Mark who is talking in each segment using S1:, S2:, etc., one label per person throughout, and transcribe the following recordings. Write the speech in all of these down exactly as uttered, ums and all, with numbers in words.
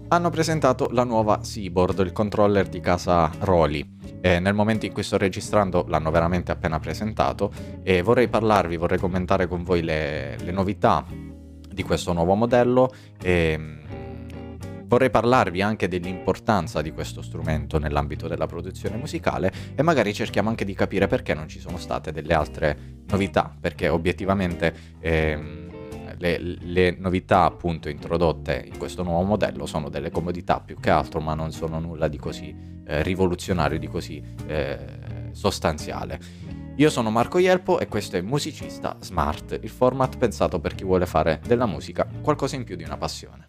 S1: hanno presentato la nuova Seaboard, il controller di casa Roly. E nel momento in cui sto registrando l'hanno veramente appena presentato e vorrei parlarvi, vorrei commentare con voi le, le novità di questo nuovo modello e vorrei parlarvi anche dell'importanza di questo strumento nell'ambito della produzione musicale e magari cerchiamo anche di capire perché non ci sono state delle altre novità, perché obiettivamente ehm, le, le novità appunto introdotte in questo nuovo modello sono delle comodità più che altro, ma non sono nulla di così eh, rivoluzionario, di così eh, sostanziale. Io sono Marco Ielpo e questo è Musicista Smart, il format pensato per chi vuole fare della musica qualcosa in più di una passione.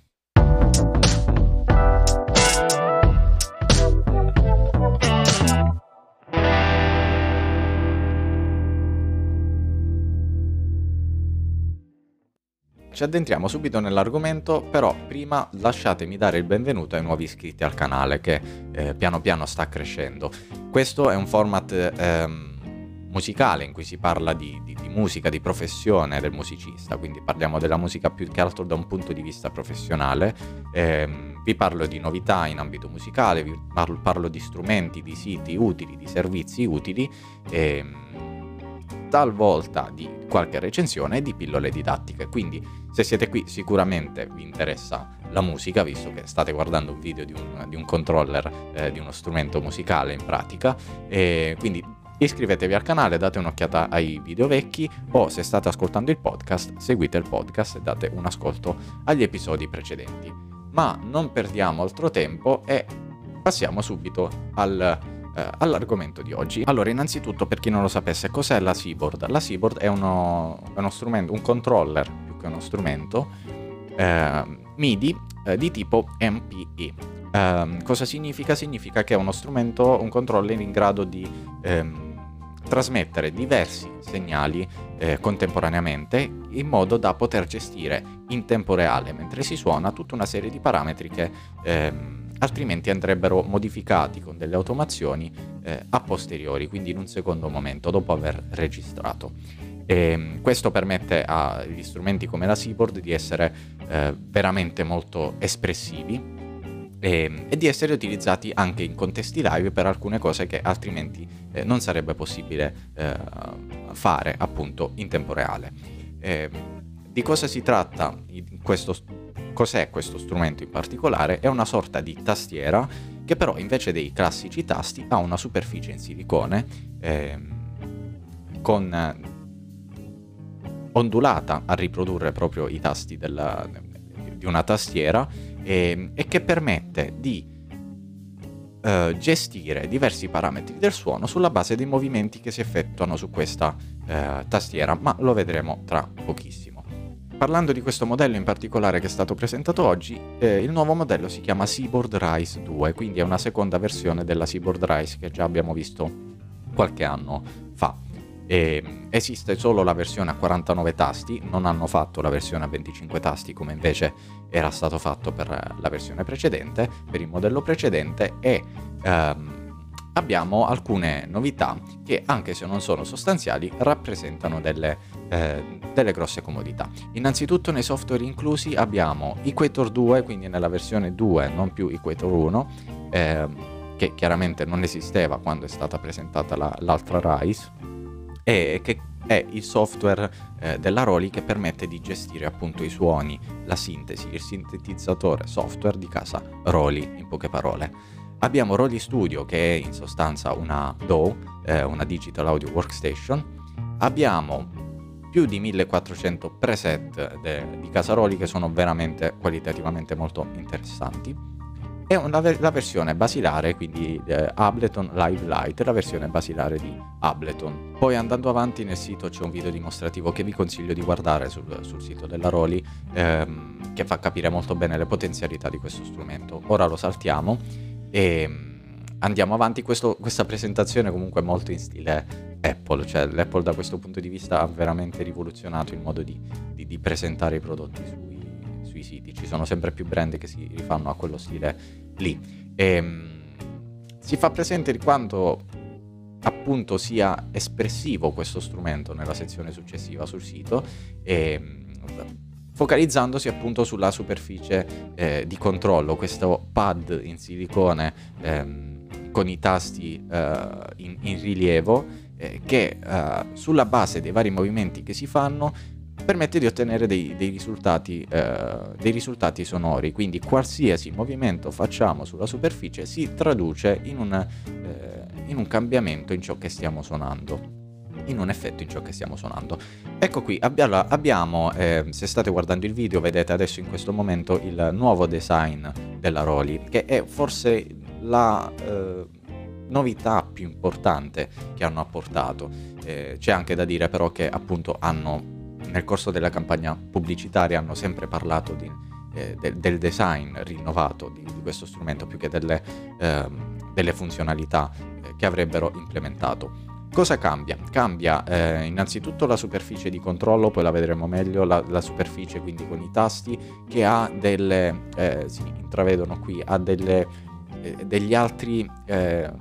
S1: Ci addentriamo subito nell'argomento, però prima lasciatemi dare il benvenuto ai nuovi iscritti al canale che eh, piano piano sta crescendo. Questo è un format ehm, musicale in cui si parla di, di, di musica, di professione del musicista, quindi parliamo della musica più che altro da un punto di vista professionale. Ehm, vi parlo di novità in ambito musicale, vi parlo, parlo di strumenti, di siti utili, di servizi utili, ehm, talvolta di qualche recensione e di pillole didattiche. Quindi se siete qui sicuramente vi interessa la musica, visto che state guardando un video di un, di un controller, eh, di uno strumento musicale in pratica, e quindi iscrivetevi al canale, date un'occhiata ai video vecchi, o se state ascoltando il podcast seguite il podcast e date un ascolto agli episodi precedenti. Ma non perdiamo altro tempo e passiamo subito al Uh, all'argomento di oggi. Allora, innanzitutto, per chi non lo sapesse, cos'è la Seaboard? La Seaboard è uno, è uno strumento, un controller più che uno strumento eh, MIDI eh, di tipo M P E. Eh, cosa significa? Significa che è uno strumento, un controller in grado di ehm, trasmettere diversi segnali eh, contemporaneamente, in modo da poter gestire in tempo reale, mentre si suona, tutta una serie di parametri che ehm, altrimenti andrebbero modificati con delle automazioni eh, a posteriori, quindi in un secondo momento, dopo aver registrato. E questo permette agli strumenti come la Seaboard di essere eh, veramente molto espressivi e, e di essere utilizzati anche in contesti live per alcune cose che altrimenti eh, non sarebbe possibile eh, fare appunto in tempo reale. Eh, di cosa si tratta in questo Cos'è questo strumento in particolare? È una sorta di tastiera che però invece dei classici tasti ha una superficie in silicone ehm, con eh, ondulata a riprodurre proprio i tasti della, di una tastiera e, e che permette di eh, gestire diversi parametri del suono sulla base dei movimenti che si effettuano su questa eh, tastiera, ma lo vedremo tra pochissimo. Parlando di questo modello in particolare che è stato presentato oggi, eh, il nuovo modello si chiama Seaboard Rise due, quindi è una seconda versione della Seaboard Rise che già abbiamo visto qualche anno fa. E esiste solo la versione a quarantanove tasti, non hanno fatto la versione a venticinque tasti come invece era stato fatto per la versione precedente, per il modello precedente, e ehm, abbiamo alcune novità che, anche se non sono sostanziali, rappresentano delle, eh, delle grosse comodità. Innanzitutto, nei software inclusi abbiamo Equator due, quindi nella versione due, non più Equator uno, eh, che chiaramente non esisteva quando è stata presentata la, l'altra Rise, e che è il software eh, della Roly che permette di gestire appunto i suoni, la sintesi, il sintetizzatore software di casa Roly, in poche parole. Abbiamo Roly Studio, che è in sostanza una D A W, eh, una Digital Audio Workstation. Abbiamo più di millequattrocento preset de- di casa Roly che sono veramente qualitativamente molto interessanti. E una ver- la versione basilare, quindi eh, Ableton Live Lite, la versione basilare di Ableton. Poi, andando avanti, nel sito c'è un video dimostrativo che vi consiglio di guardare sul, sul sito della Roly, ehm, che fa capire molto bene le potenzialità di questo strumento. Ora lo saltiamo e andiamo avanti. Questo, questa presentazione comunque è molto in stile Apple, cioè l'Apple da questo punto di vista ha veramente rivoluzionato il modo di, di, di presentare i prodotti sui, sui siti. Ci sono sempre più brand che si rifanno a quello stile lì e si fa presente di quanto appunto sia espressivo questo strumento nella sezione successiva sul sito e focalizzandosi appunto sulla superficie eh, di controllo, questo pad in silicone ehm, con i tasti eh, in, in rilievo eh, che eh, sulla base dei vari movimenti che si fanno permette di ottenere dei, dei, risultati, eh, dei risultati sonori. Quindi qualsiasi movimento facciamo sulla superficie si traduce in un, eh, in un cambiamento in ciò che stiamo suonando, in un effetto in ciò che stiamo suonando. Ecco qui, abbiamo, abbiamo eh, se state guardando il video, vedete adesso in questo momento il nuovo design della Roly, che è forse la eh, novità più importante che hanno apportato. Eh, c'è anche da dire però che appunto hanno, nel corso della campagna pubblicitaria, hanno sempre parlato di, eh, de, del design rinnovato di, di questo strumento più che delle, eh, delle funzionalità eh, che avrebbero implementato. Cosa cambia? Cambia eh, innanzitutto la superficie di controllo, poi la vedremo meglio, la, la superficie quindi con i tasti, che ha delle, eh, si intravedono qui, ha delle, eh, degli altri eh,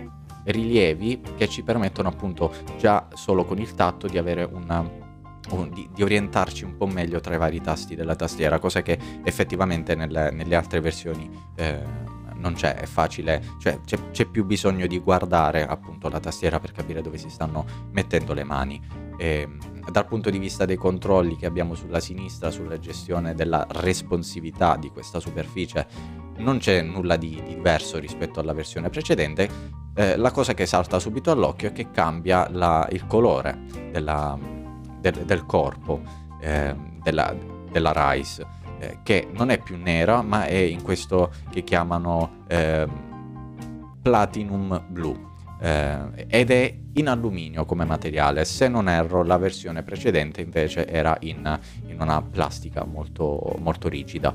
S1: rilievi che ci permettono appunto già solo con il tatto di avere una... Di, di orientarci un po' meglio tra i vari tasti della tastiera, cosa che effettivamente nelle, nelle altre versioni eh, non c'è, è facile, cioè c'è, c'è più bisogno di guardare appunto la tastiera per capire dove si stanno mettendo le mani. E, dal punto di vista dei controlli che abbiamo sulla sinistra, sulla gestione della responsività di questa superficie, non c'è nulla di, di diverso rispetto alla versione precedente. Eh, la cosa che salta subito all'occhio è che cambia la, il colore della Del, del corpo eh, della, della Rise, eh, che non è più nera ma è in questo che chiamano eh, platinum blu eh, ed è in alluminio come materiale. Se non erro, la versione precedente invece era in, in una plastica molto, molto rigida.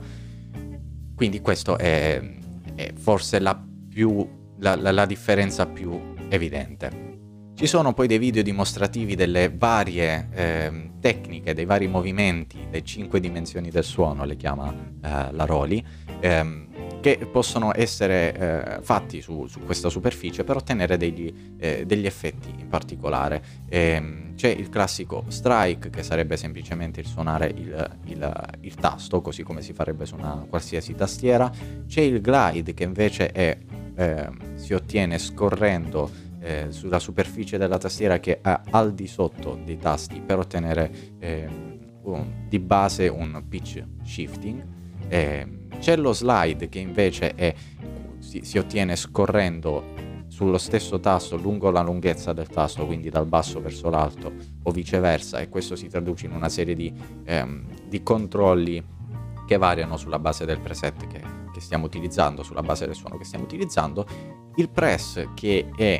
S1: Quindi questo è, è forse la, più, la, la, la differenza più evidente. Ci sono poi dei video dimostrativi delle varie eh, tecniche, dei vari movimenti, le cinque dimensioni del suono, le chiama eh, la Roly, ehm, che possono essere eh, fatti su, su questa superficie per ottenere degli, eh, degli effetti in particolare. Ehm, c'è il classico strike, che sarebbe semplicemente il suonare il, il, il tasto, così come si farebbe su una qualsiasi tastiera. C'è il glide, che invece è, eh, si ottiene scorrendo Eh, sulla superficie della tastiera che è al di sotto dei tasti, per ottenere eh, un, di base un pitch shifting. Eh, c'è lo slide, che invece è, si, si ottiene scorrendo sullo stesso tasto lungo la lunghezza del tasto, quindi dal basso verso l'alto o viceversa, e questo si traduce in una serie di, ehm, di controlli che variano sulla base del preset che, che stiamo utilizzando, sulla base del suono che stiamo utilizzando. Il press, che è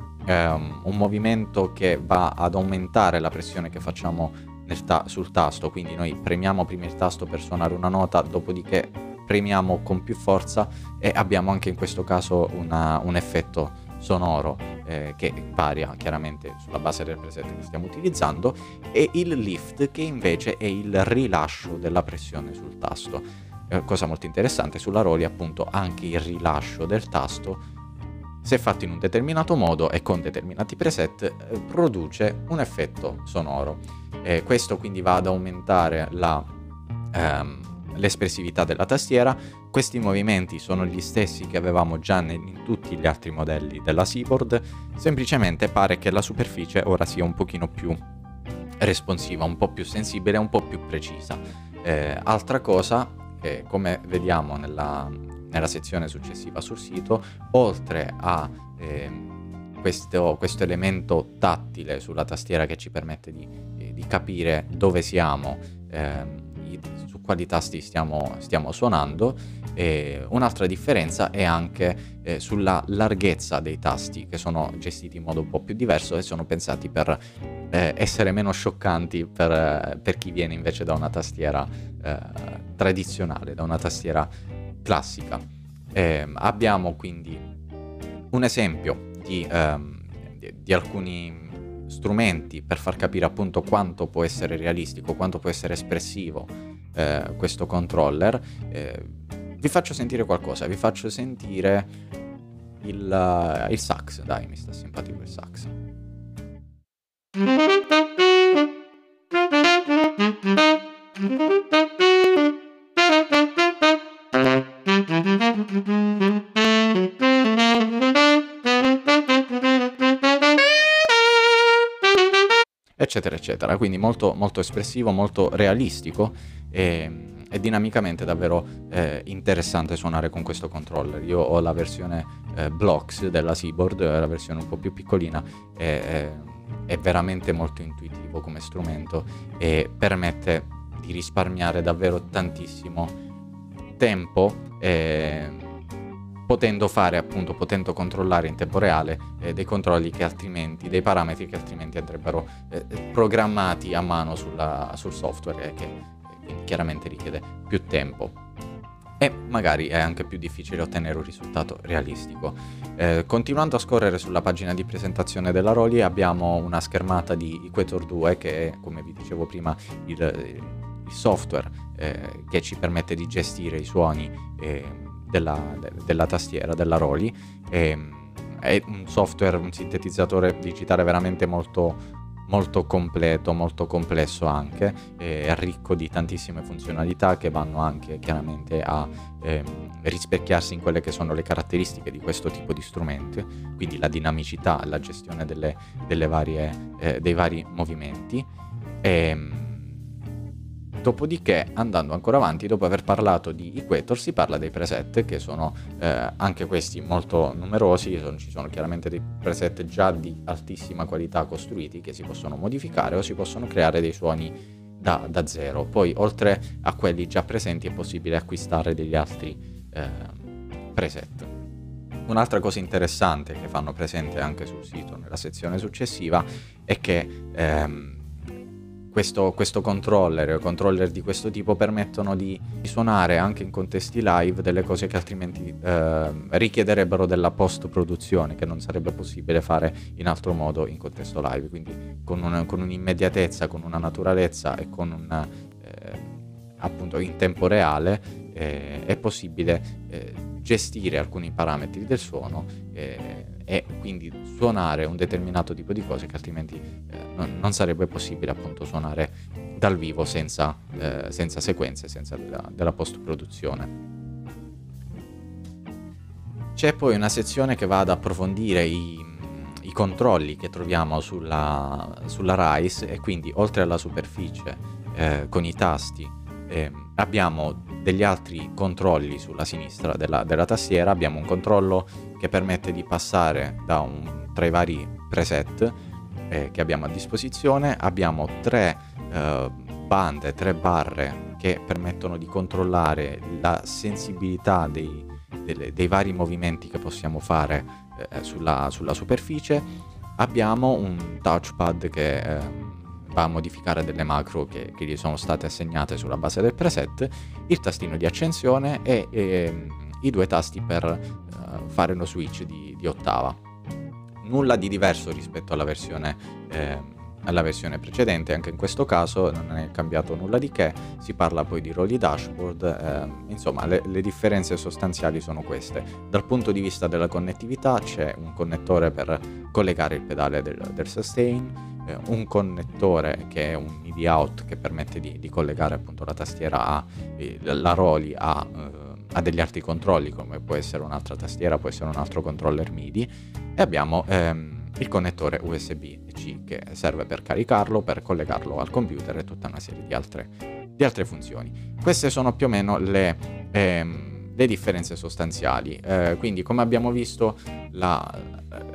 S1: Um, un movimento che va ad aumentare la pressione che facciamo nel ta- sul tasto, quindi noi premiamo prima il tasto per suonare una nota, dopodiché premiamo con più forza e abbiamo anche in questo caso una, un effetto sonoro eh, che varia chiaramente sulla base del preset che stiamo utilizzando. E il lift, che invece è il rilascio della pressione sul tasto. Eh, cosa molto interessante, sulla Roly appunto anche il rilascio del tasto, se fatto in un determinato modo e con determinati preset, eh, produce un effetto sonoro. Eh, questo quindi va ad aumentare la, ehm, l'espressività della tastiera. Questi movimenti sono gli stessi che avevamo già ne- in tutti gli altri modelli della Seaboard, semplicemente pare che la superficie ora sia un pochino più responsiva, un po' più sensibile, un po' più precisa. Eh, altra cosa, eh, come vediamo nella... nella sezione successiva sul sito, oltre a eh, questo, questo elemento tattile sulla tastiera che ci permette di, eh, di capire dove siamo, eh, su quali tasti stiamo, stiamo suonando, eh, un'altra differenza è anche eh, sulla larghezza dei tasti, che sono gestiti in modo un po' più diverso e sono pensati per eh, essere meno scioccanti per, per chi viene invece da una tastiera eh, tradizionale, da una tastiera classica. Eh, abbiamo quindi un esempio di, ehm, di, di alcuni strumenti per far capire appunto quanto può essere realistico, quanto può essere espressivo eh, questo controller. Eh, vi faccio sentire qualcosa, vi faccio sentire il, uh, il sax, dai, mi sta simpatico il sax. eccetera eccetera, quindi molto, molto espressivo, molto realistico e, e dinamicamente davvero eh, interessante suonare con questo controller. Io ho la versione eh, Blocks della Seaboard, la versione un po' più piccolina, e, e, è veramente molto intuitivo come strumento e permette di risparmiare davvero tantissimo tempo, eh, potendo fare appunto, potendo controllare in tempo reale eh, dei controlli che altrimenti, dei parametri che altrimenti andrebbero eh, programmati a mano sulla, sul software, eh, che quindi chiaramente richiede più tempo e magari è anche più difficile ottenere un risultato realistico. Eh, continuando a scorrere sulla pagina di presentazione della Roly, abbiamo una schermata di Equator due che è, come vi dicevo prima, il, il software eh, che ci permette di gestire i suoni eh, della, de, della tastiera della Roly. E, è un software, un sintetizzatore digitale veramente molto molto completo, molto complesso anche, è ricco di tantissime funzionalità che vanno anche chiaramente a eh, rispecchiarsi in quelle che sono le caratteristiche di questo tipo di strumenti, quindi la dinamicità, la gestione delle, delle varie, eh, dei vari movimenti. E, dopodiché, andando ancora avanti, dopo aver parlato di Equator, si parla dei preset, che sono eh, anche questi molto numerosi. Sono, ci sono chiaramente dei preset già di altissima qualità costruiti che si possono modificare o si possono creare dei suoni da, da zero. Poi, oltre a quelli già presenti, è possibile acquistare degli altri eh, preset. Un'altra cosa interessante che fanno presente anche sul sito, nella sezione successiva, è che ehm, Questo, questo controller o controller di questo tipo permettono di, di suonare anche in contesti live delle cose che altrimenti eh, richiederebbero della post-produzione, che non sarebbe possibile fare in altro modo in contesto live, quindi con, un, con un'immediatezza, con una naturalezza e con un eh, appunto in tempo reale eh, è possibile eh, gestire alcuni parametri del suono eh, e quindi suonare un determinato tipo di cose che altrimenti eh, non, non sarebbe possibile appunto suonare dal vivo senza, eh, senza sequenze, senza della, della post-produzione. C'è poi una sezione che va ad approfondire i, i controlli che troviamo sulla, sulla Rise, e quindi oltre alla superficie eh, con i tasti eh, abbiamo degli altri controlli sulla sinistra della, della tastiera. Abbiamo un controllo che permette di passare da un, tra i vari preset eh, che abbiamo a disposizione. Abbiamo tre eh, bande, tre barre che permettono di controllare la sensibilità dei, delle, dei vari movimenti che possiamo fare eh, sulla, sulla superficie. Abbiamo un touchpad che eh, va a modificare delle macro che, che gli sono state assegnate sulla base del preset, il tastino di accensione e, e i due tasti per uh, fare uno switch di, di ottava. Nulla di diverso rispetto alla versione, eh, alla versione precedente, anche in questo caso non è cambiato nulla di che. Si parla poi di Roly Dashboard, eh, insomma le, le differenze sostanziali sono queste. Dal punto di vista della connettività c'è un connettore per collegare il pedale del, del sustain, un connettore che è un M I D I out che permette di, di collegare appunto la tastiera a eh, la Roly a, eh, a degli altri controlli, come può essere un'altra tastiera, può essere un altro controller M I D I, e abbiamo ehm, il connettore U S B-C che serve per caricarlo, per collegarlo al computer e tutta una serie di altre, di altre funzioni. Queste sono più o meno le, ehm, le differenze sostanziali, eh, quindi come abbiamo visto la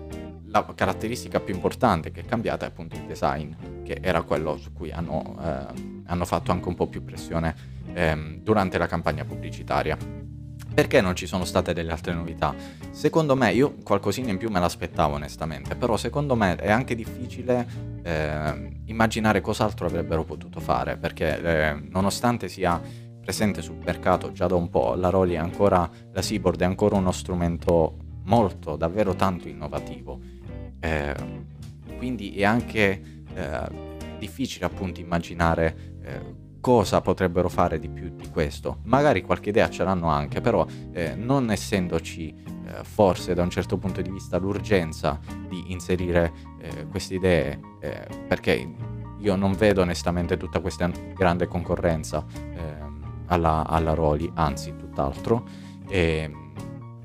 S1: La caratteristica più importante che è cambiata è appunto il design, che era quello su cui hanno, eh, hanno fatto anche un po' più pressione ehm, durante la campagna pubblicitaria. Perché non ci sono state delle altre novità? Secondo me, io qualcosina in più me l'aspettavo onestamente, però secondo me è anche difficile eh, immaginare cos'altro avrebbero potuto fare, perché eh, nonostante sia presente sul mercato già da un po', la Roly è ancora, la Seaboard è ancora uno strumento molto, davvero tanto innovativo. Eh, quindi è anche eh, difficile appunto immaginare eh, cosa potrebbero fare di più di questo. Magari qualche idea ce l'hanno anche, però eh, non essendoci eh, forse da un certo punto di vista l'urgenza di inserire eh, queste idee, eh, perché io non vedo onestamente tutta questa grande concorrenza eh, alla, alla Roly, anzi tutt'altro. E,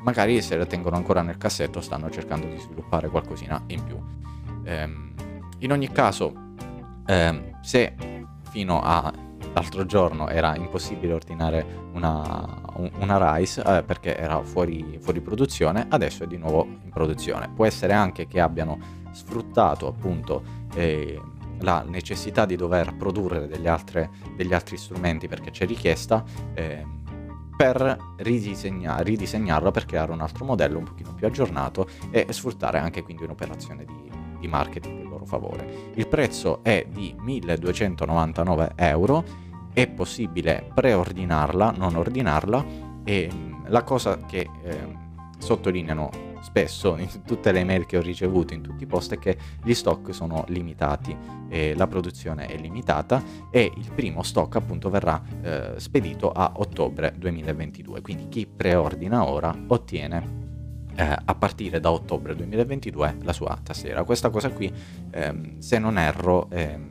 S1: magari se la tengono ancora nel cassetto stanno cercando di sviluppare qualcosina in più. Ehm, in ogni caso, ehm, se fino all'altro giorno era impossibile ordinare una, una Rise eh, perché era fuori, fuori produzione, adesso è di nuovo in produzione. Può essere anche che abbiano sfruttato appunto eh, la necessità di dover produrre delle altre, degli altri strumenti perché c'è richiesta, eh, per ridisegna- ridisegnarla, per creare un altro modello un pochino più aggiornato e sfruttare anche quindi un'operazione di, di marketing in loro favore. Il prezzo è di milleduecentonovantanove euro, è possibile preordinarla, non ordinarla, e la cosa che eh, sottolineano spesso in tutte le mail che ho ricevuto in tutti i post è che gli stock sono limitati, eh, la produzione è limitata e il primo stock appunto verrà eh, spedito a ottobre duemilaventidue, quindi chi preordina ora ottiene eh, a partire da ottobre duemilaventidue la sua tastiera. Questa cosa qui ehm, se non erro ehm,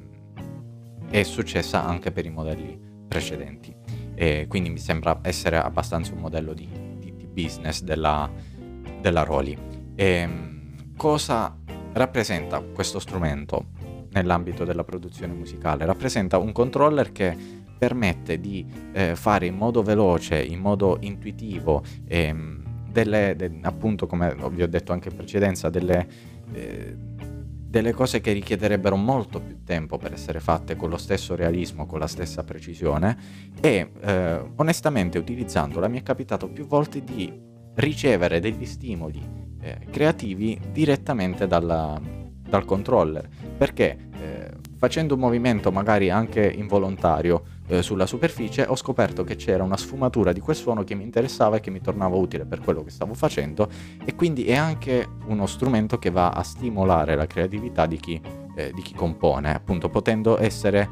S1: è successa anche per i modelli precedenti, e quindi mi sembra essere abbastanza un modello di, di, di business della della Roly. E cosa rappresenta questo strumento nell'ambito della produzione musicale? Rappresenta un controller che permette di eh, fare in modo veloce, in modo intuitivo, ehm, delle, de, appunto come vi ho detto anche in precedenza, delle, eh, delle cose che richiederebbero molto più tempo per essere fatte con lo stesso realismo, con la stessa precisione, e eh, onestamente utilizzandola mi è capitato più volte di ricevere degli stimoli eh, creativi direttamente dalla, dal controller, perché eh, facendo un movimento magari anche involontario eh, sulla superficie ho scoperto che c'era una sfumatura di quel suono che mi interessava e che mi tornava utile per quello che stavo facendo, e quindi è anche uno strumento che va a stimolare la creatività di chi, eh, di chi compone, appunto potendo essere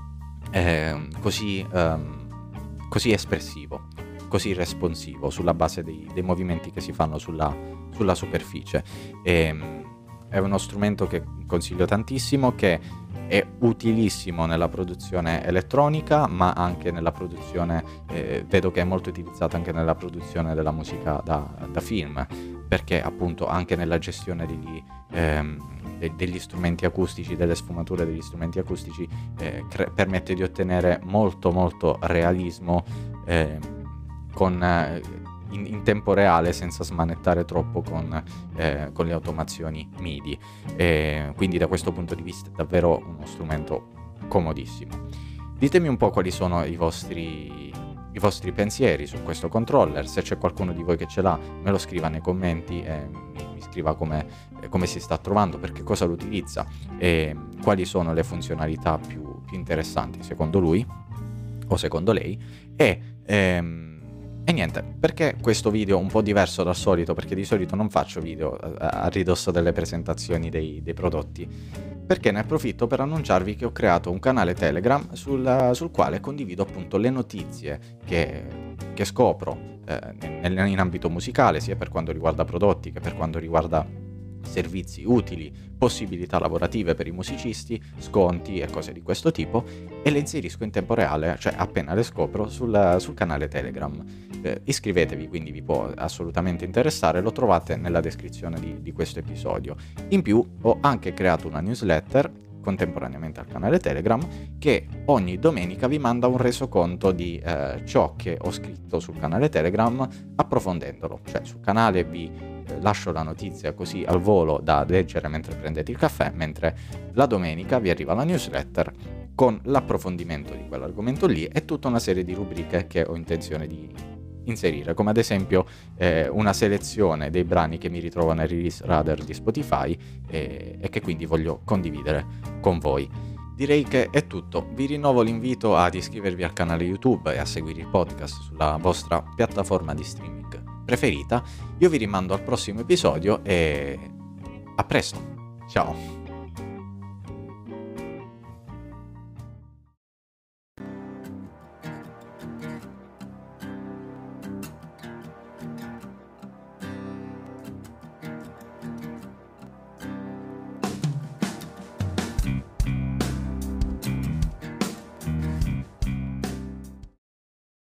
S1: eh, così, um, così espressivo, così responsivo sulla base dei, dei movimenti che si fanno sulla, sulla superficie. E, è uno strumento che consiglio tantissimo, che è utilissimo nella produzione elettronica, ma anche nella produzione, eh, vedo che è molto utilizzato anche nella produzione della musica da, da film, perché appunto anche nella gestione degli, ehm, de- degli strumenti acustici, delle sfumature degli strumenti acustici, eh, cre- permette di ottenere molto molto realismo, eh, con, eh, in, in tempo reale, senza smanettare troppo con, eh, con le automazioni M I D I. E quindi da questo punto di vista è davvero uno strumento comodissimo. Ditemi un po' quali sono i vostri, i vostri pensieri su questo controller. Se c'è qualcuno di voi che ce l'ha, me lo scriva nei commenti e mi scriva come, come si sta trovando, perché cosa lo utilizza e quali sono le funzionalità più, più interessanti secondo lui o secondo lei. E ehm, E niente, perché questo video un po' diverso dal solito? Perché di solito non faccio video a, a ridosso delle presentazioni dei, dei prodotti, perché ne approfitto per annunciarvi che ho creato un canale Telegram sul, sul quale condivido appunto le notizie che, che scopro eh, in, in ambito musicale, sia per quanto riguarda prodotti che per quanto riguarda servizi utili, possibilità lavorative per i musicisti, sconti e cose di questo tipo, e le inserisco in tempo reale, cioè appena le scopro, sul, sul canale Telegram. Eh, iscrivetevi, quindi vi può assolutamente interessare, lo trovate nella descrizione di, di questo episodio. In più ho anche creato una newsletter contemporaneamente al canale Telegram, che ogni domenica vi manda un resoconto di eh, ciò che ho scritto sul canale Telegram, approfondendolo. Cioè sul canale vi eh, lascio la notizia così al volo da leggere mentre prendete il caffè, mentre la domenica vi arriva la newsletter con l'approfondimento di quell'argomento lì e tutta una serie di rubriche che ho intenzione di inserire, come ad esempio eh, una selezione dei brani che mi ritrovo nel release radar di Spotify e, e che quindi voglio condividere con voi. Direi che è tutto, vi rinnovo l'invito ad iscrivervi al canale YouTube e a seguire il podcast sulla vostra piattaforma di streaming preferita. Io vi rimando al prossimo episodio e a presto, ciao!